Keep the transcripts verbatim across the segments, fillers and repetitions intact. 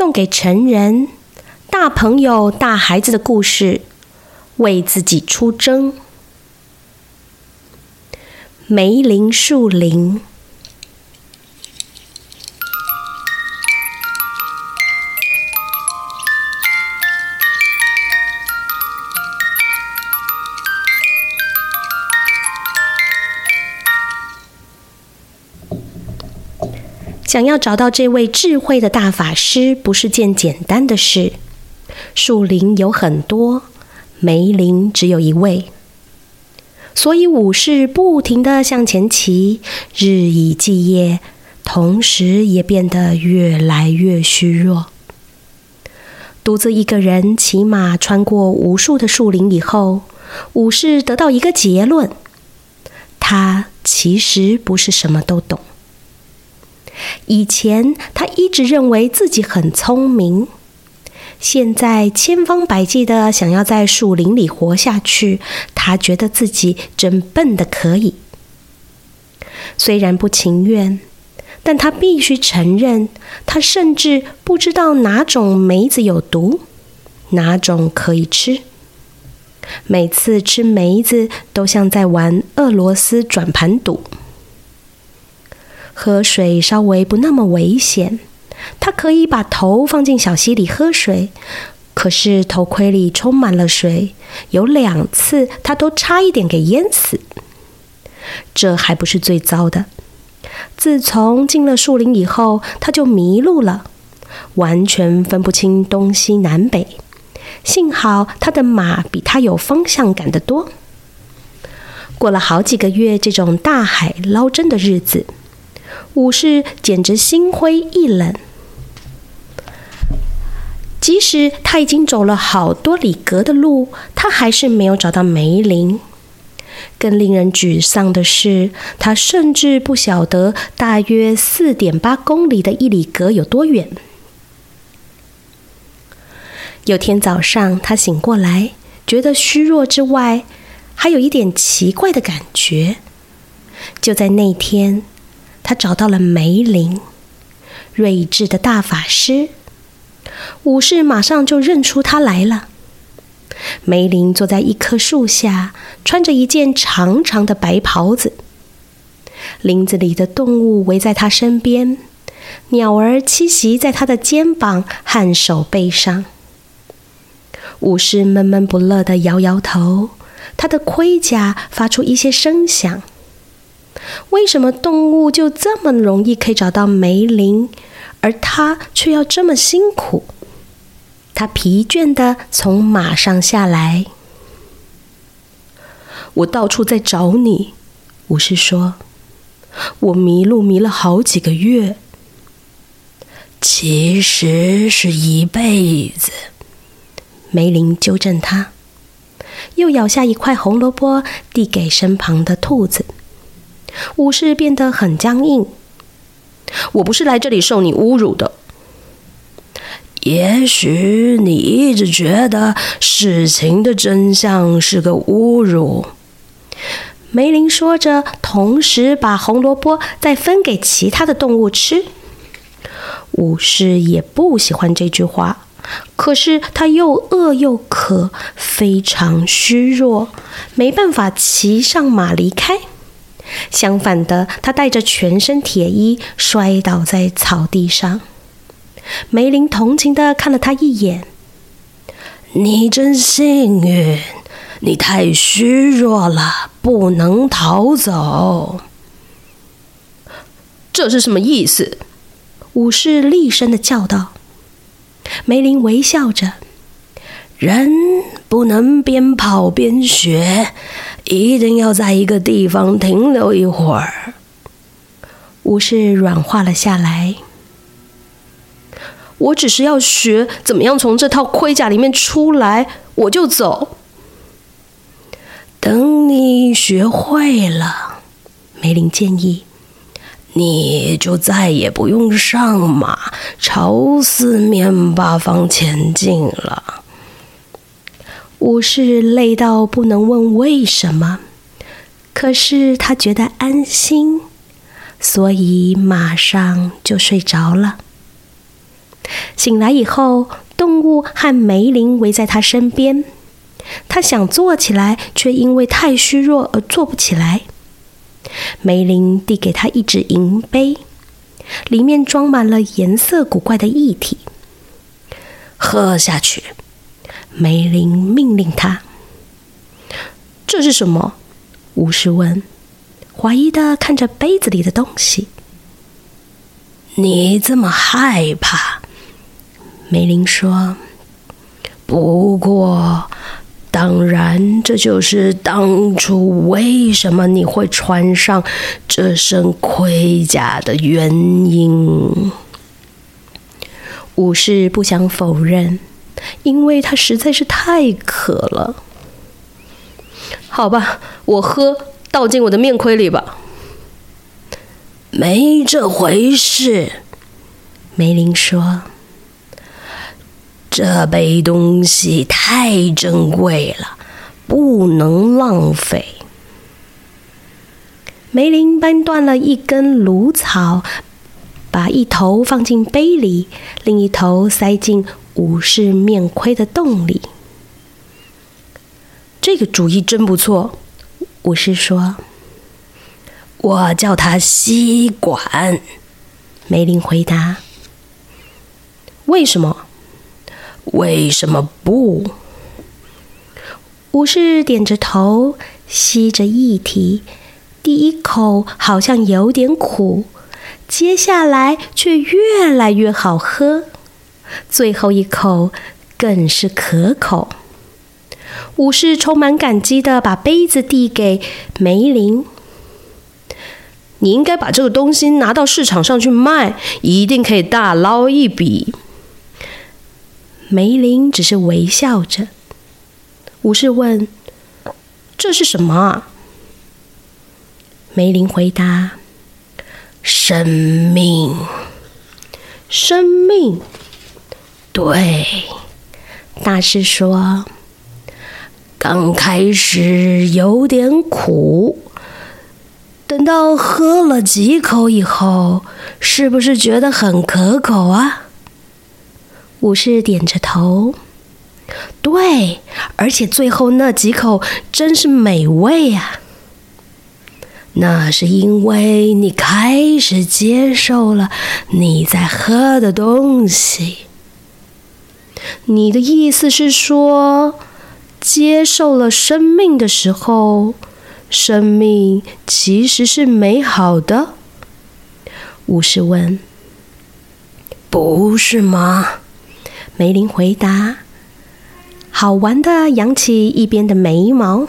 送给成人、大朋友、大孩子的故事，为自己出征。梅林树林。想要找到这位智慧的大法师，不是件简单的事。树林有很多，梅林只有一位，所以武士不停地向前骑，日以继夜，同时也变得越来越虚弱。独自一个人骑马穿过无数的树林以后，武士得到一个结论：他其实不是什么都懂。以前他一直认为自己很聪明，现在千方百计的想要在树林里活下去，他觉得自己真笨得可以。虽然不情愿，但他必须承认，他甚至不知道哪种梅子有毒，哪种可以吃。每次吃梅子都像在玩俄罗斯转盘赌。喝水稍微不那么危险，他可以把头放进小溪里喝水，可是头盔里充满了水，有两次他都差一点给淹死。这还不是最糟的，自从进了树林以后，他就迷路了，完全分不清东西南北。幸好他的马比他有方向感得多。过了好几个月这种大海捞针的日子，武士简直心灰意冷。即使他已经走了好多里格的路，他还是没有找到梅林。更令人沮丧的是，他甚至不晓得大约 四点八公里的一里格有多远。有天早上，他醒过来，觉得虚弱之外，还有一点奇怪的感觉。就在那天，他找到了梅林，睿智的大法师。武士马上就认出他来了。梅林坐在一棵树下，穿着一件长长的白袍子。林子里的动物围在他身边，鸟儿栖息在他的肩膀和手背上。武士闷闷不乐地摇摇头，他的盔甲发出一些声响。为什么动物就这么容易可以找到梅林，而他却要这么辛苦？他疲倦地从马上下来。我到处在找你，武士说，我迷路迷了好几个月。其实是一辈子，梅林纠正他，又咬下一块红萝卜递给身旁的兔子。武士变得很僵硬。我不是来这里受你侮辱的。也许你一直觉得事情的真相是个侮辱。梅林说着，同时把红萝卜再分给其他的动物吃。武士也不喜欢这句话，可是他又饿又渴，非常虚弱，没办法骑上马离开。相反的，他带着全身铁衣摔倒在草地上。梅林同情地看了他一眼。你真幸运，你太虚弱了，不能逃走。这是什么意思？武士厉声地叫道。梅林微笑着，人不能边跑边学，一定要在一个地方停留一会儿。武士软化了下来。我只是要学怎么样从这套盔甲里面出来，我就走。等你学会了，梅林建议，你就再也不用上马，朝四面八方前进了。武士累到不能问为什么，可是他觉得安心，所以马上就睡着了。 醒来以后，动物和梅林围在他身边。他想坐起来，却因为太虚弱而坐不起来。梅林递给他一只银杯，里面装满了颜色古怪的液体。喝下去，梅林命令他。这是什么？巫师问，怀疑地看着杯子里的东西。你这么害怕？梅林说。不过，当然，这就是当初为什么你会穿上这身盔甲的原因。武士不想否认，因为他实在是太渴了。好吧，我喝，倒进我的面盔里吧。没这回事，梅林说。这杯东西太珍贵了，不能浪费。梅林掰断了一根芦草，把一头放进杯里，另一头塞进武士面盔的洞里。这个主意真不错，武士说。我叫它吸管，梅林回答。为什么？为什么不？武士点着头，吸着液体，第一口好像有点苦，接下来却越来越好喝，最后一口更是可口。武士充满感激地把杯子递给梅林。你应该把这个东西拿到市场上去卖，一定可以大捞一笔。梅林只是微笑着。武士问：“这是什么啊？”梅林回答：“生命。”生命？对，大师说。刚开始有点苦，等到喝了几口以后，是不是觉得很可口啊？武士点着头。对，而且最后那几口真是美味啊！那是因为你开始接受了你在喝的东西。你的意思是说，接受了生命的时候，生命其实是美好的？武士问。不是吗？梅林回答，好玩地扬起一边的眉毛。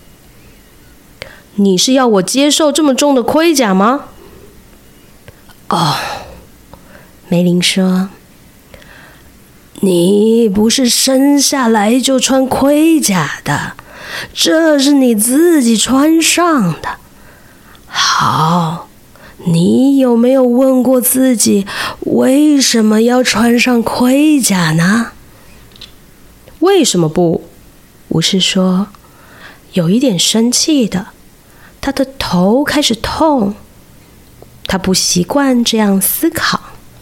你是要我接受这么重的盔甲吗？哦，梅林说，你不是生下来就穿盔甲的，这是你自己穿上的。好，你有没有问过自己，为什么要穿上盔甲呢？为什么不？武士说，有一点生气的，他的头开始痛，他不习惯这样思考。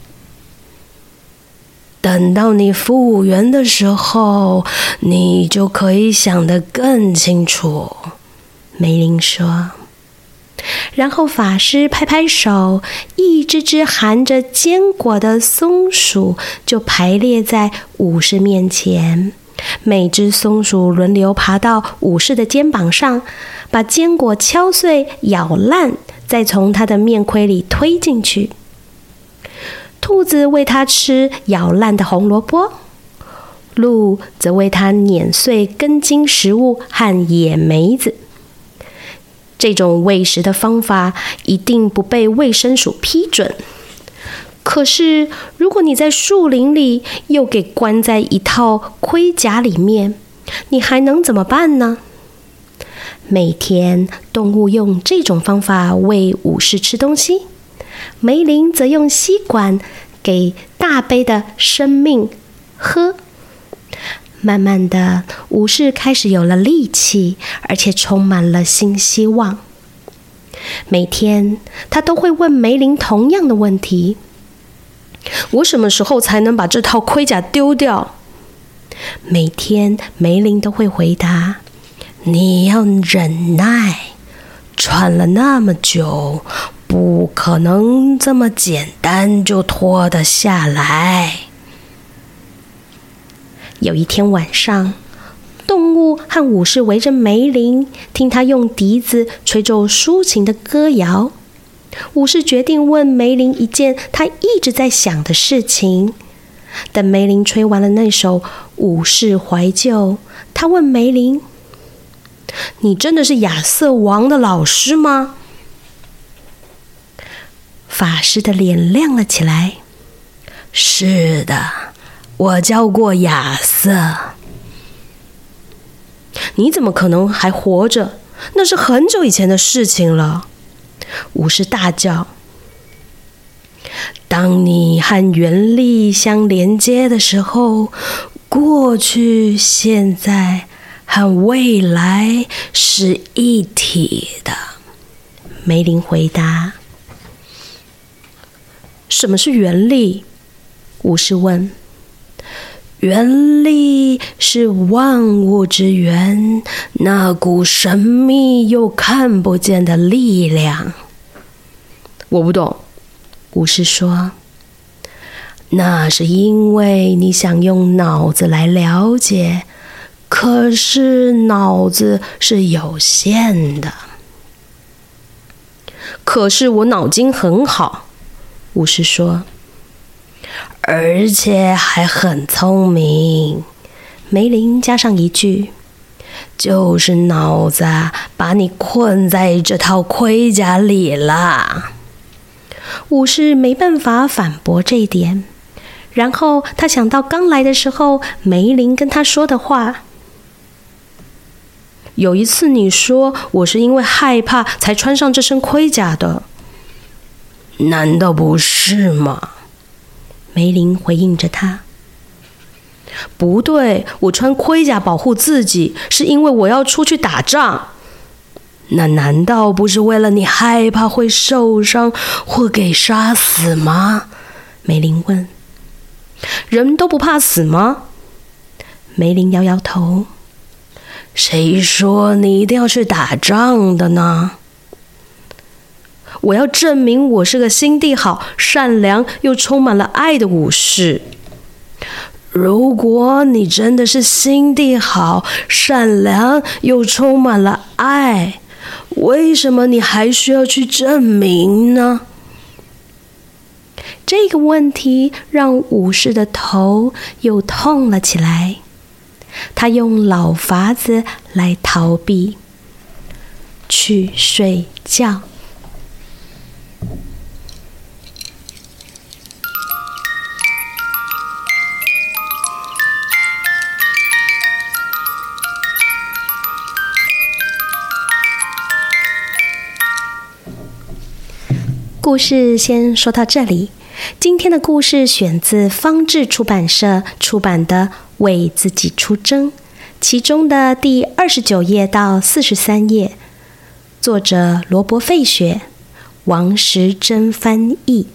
等到你复原的时候，你就可以想得更清楚，梅林说。然后法师拍拍手，一只只含着坚果的松鼠就排列在武士面前。每只松鼠轮流爬到武士的肩膀上，把坚果敲碎、咬烂，再从他的面盔里推进去。兔子喂它吃咬烂的红萝卜，鹿则喂它碾碎根茎食物和野梅子。这种喂食的方法一定不被卫生署批准。可是，如果你在树林里又给关在一套盔甲里面，你还能怎么办呢？每天，动物用这种方法喂武士吃东西，梅林则用吸管给大杯的生命喝。慢慢的，武士开始有了力气，而且充满了新希望。每天，他都会问梅林同样的问题： 我什么时候才能把这套盔甲丢掉？每天梅林都会回答：你要忍耐，穿了那么久，不可能这么简单就脱得下来。有一天晚上，动物和武士围着梅林，听他用笛子吹奏抒情的歌谣。武士决定问梅林一件他一直在想的事情。等梅林吹完了那首武士怀旧，他问梅林：你真的是亚瑟王的老师吗？法师的脸亮了起来。是的，我教过亚瑟。你怎么可能还活着？那是很久以前的事情了。武士大叫。当你和原力相连接的时候，过去、现在和未来是一体的。梅林回答。什么是原力？武士问。原力是万物之源，那股神秘又看不见的力量。我不懂。武士说。那是因为你想用脑子来了解，可是脑子是有限的。可是我脑筋很好，武士说。而且还很聪明，梅林加上一句，就是脑子把你困在这套盔甲里了。武士没办法反驳这一点，然后他想到刚来的时候梅林跟他说的话。有一次你说我是因为害怕才穿上这身盔甲的。难道不是吗？梅林回应着他。不对，我穿盔甲保护自己，是因为我要出去打仗。那难道不是为了你害怕会受伤或给杀死吗？梅林问。人都不怕死吗？梅林摇摇头。谁说你一定要去打仗的呢？我要证明我是个心地好、善良又充满了爱的武士。如果你真的是心地好、善良又充满了爱，为什么你还需要去证明呢？这个问题让武士的头又痛了起来。他用老法子来逃避，去睡觉。故事先说到这里。今天的故事选自方志出版社出版的《为自己出征》，其中的第二十九页到四十三页，作者罗伯·费雪，王时珍翻译。